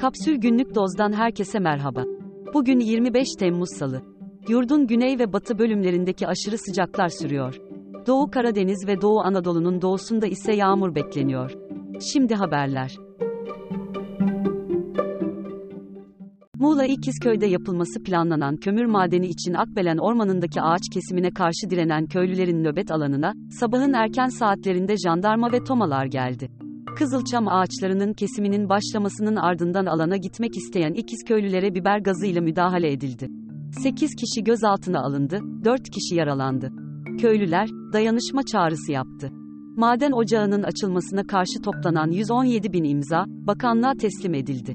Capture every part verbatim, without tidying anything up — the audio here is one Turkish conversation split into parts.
Kapsül Günlük Doz'dan herkese merhaba. Bugün yirmi beş Temmuz Salı. Yurdun güney ve batı bölümlerindeki aşırı sıcaklar sürüyor. Doğu Karadeniz ve Doğu Anadolu'nun doğusunda ise yağmur bekleniyor. Şimdi haberler. Muğla İkizköy'de yapılması planlanan kömür madeni için Akbelen Ormanı'ndaki ağaç kesimine karşı direnen köylülerin nöbet alanına, sabahın erken saatlerinde jandarma ve tomalar geldi. Kızılçam ağaçlarının kesiminin başlamasının ardından alana gitmek isteyen İkizköylülere biber gazıyla müdahale edildi. sekiz kişi gözaltına alındı, dört kişi yaralandı. Köylüler, dayanışma çağrısı yaptı. Maden ocağının açılmasına karşı toplanan yüz on yedi bin imza, bakanlığa teslim edildi.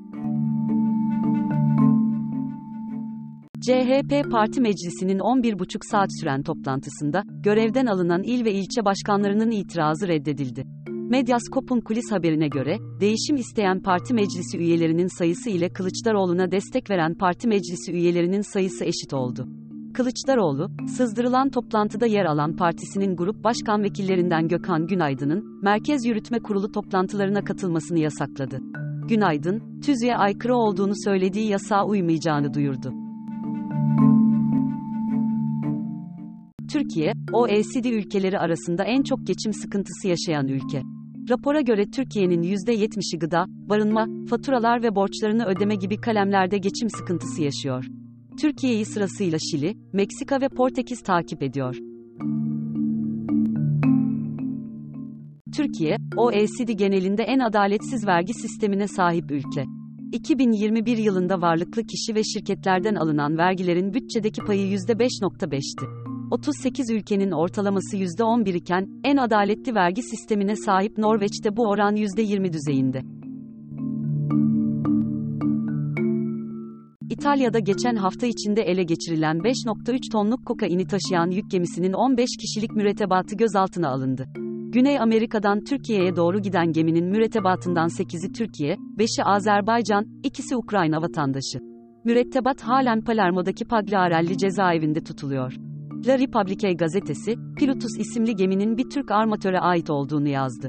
C H P Parti Meclisi'nin on bir buçuk saat süren toplantısında, görevden alınan il ve ilçe başkanlarının itirazı reddedildi. Medyaskop'un kulis haberine göre, değişim isteyen parti meclisi üyelerinin sayısı ile Kılıçdaroğlu'na destek veren parti meclisi üyelerinin sayısı eşit oldu. Kılıçdaroğlu, sızdırılan toplantıda yer alan partisinin grup başkan vekillerinden Gökhan Günaydın'ın, Merkez Yürütme Kurulu toplantılarına katılmasını yasakladı. Günaydın, tüzüğe aykırı olduğunu söylediği yasağa uymayacağını duyurdu. Türkiye, O E C D ülkeleri arasında en çok geçim sıkıntısı yaşayan ülke. Rapora göre Türkiye'nin yüzde yetmişi gıda, barınma, faturalar ve borçlarını ödeme gibi kalemlerde geçim sıkıntısı yaşıyor. Türkiye'yi sırasıyla Şili, Meksika ve Portekiz takip ediyor. Türkiye, O E C D genelinde en adaletsiz vergi sistemine sahip ülke. iki bin yirmi bir yılında varlıklı kişi ve şirketlerden alınan vergilerin bütçedeki payı yüzde beş virgül beşti. otuz sekiz ülkenin ortalaması yüzde on bir iken, en adaletli vergi sistemine sahip Norveç'te bu oran yüzde yirmi düzeyinde. İtalya'da geçen hafta içinde ele geçirilen beş virgül üç tonluk kokaini taşıyan yük gemisinin on beş kişilik mürettebatı gözaltına alındı. Güney Amerika'dan Türkiye'ye doğru giden geminin mürettebatından sekizi Türkiye, beşi Azerbaycan, ikisi Ukrayna vatandaşı. Mürettebat halen Palermo'daki Pagliarelli cezaevinde tutuluyor. La Repubblica gazetesi, Pilotus isimli geminin bir Türk armatöre ait olduğunu yazdı.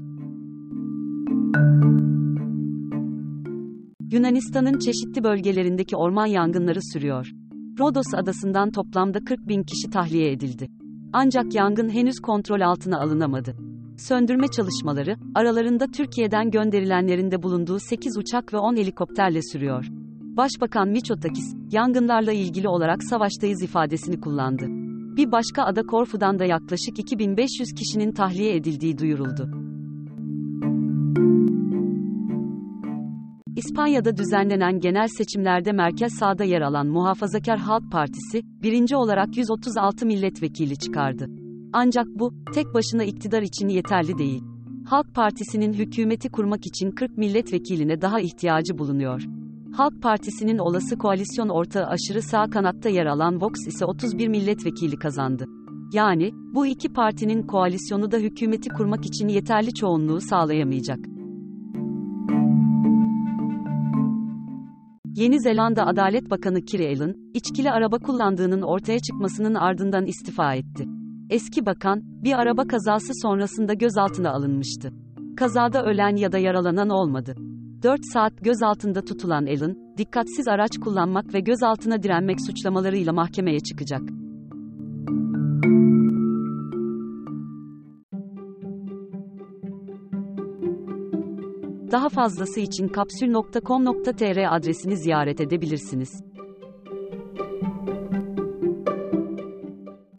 Yunanistan'ın çeşitli bölgelerindeki orman yangınları sürüyor. Rodos adasından toplamda kırk bin kişi tahliye edildi. Ancak yangın henüz kontrol altına alınamadı. Söndürme çalışmaları, aralarında Türkiye'den gönderilenlerin de bulunduğu sekiz uçak ve on helikopterle sürüyor. Başbakan Mitsotakis, yangınlarla ilgili olarak savaştayız ifadesini kullandı. Bir başka ada Korfu'dan da yaklaşık iki bin beş yüz kişinin tahliye edildiği duyuruldu. İspanya'da düzenlenen genel seçimlerde merkez sağda yer alan Muhafazakar Halk Partisi, birinci olarak yüz otuz altı milletvekili çıkardı. Ancak bu, tek başına iktidar için yeterli değil. Halk Partisi'nin hükümeti kurmak için kırk milletvekiline daha ihtiyacı bulunuyor. Halk Partisi'nin olası koalisyon ortağı aşırı sağ kanatta yer alan Vox ise otuz bir milletvekili kazandı. Yani, bu iki partinin koalisyonu da hükümeti kurmak için yeterli çoğunluğu sağlayamayacak. Yeni Zelanda Adalet Bakanı Kiri Allen, içkili araba kullandığının ortaya çıkmasının ardından istifa etti. Eski bakan, bir araba kazası sonrasında gözaltına alınmıştı. Kazada ölen ya da yaralanan olmadı. dört saat gözaltında tutulan Allen, dikkatsiz araç kullanmak ve gözaltına direnmek suçlamalarıyla mahkemeye çıkacak. Daha fazlası için kapsül nokta com nokta tr adresini ziyaret edebilirsiniz.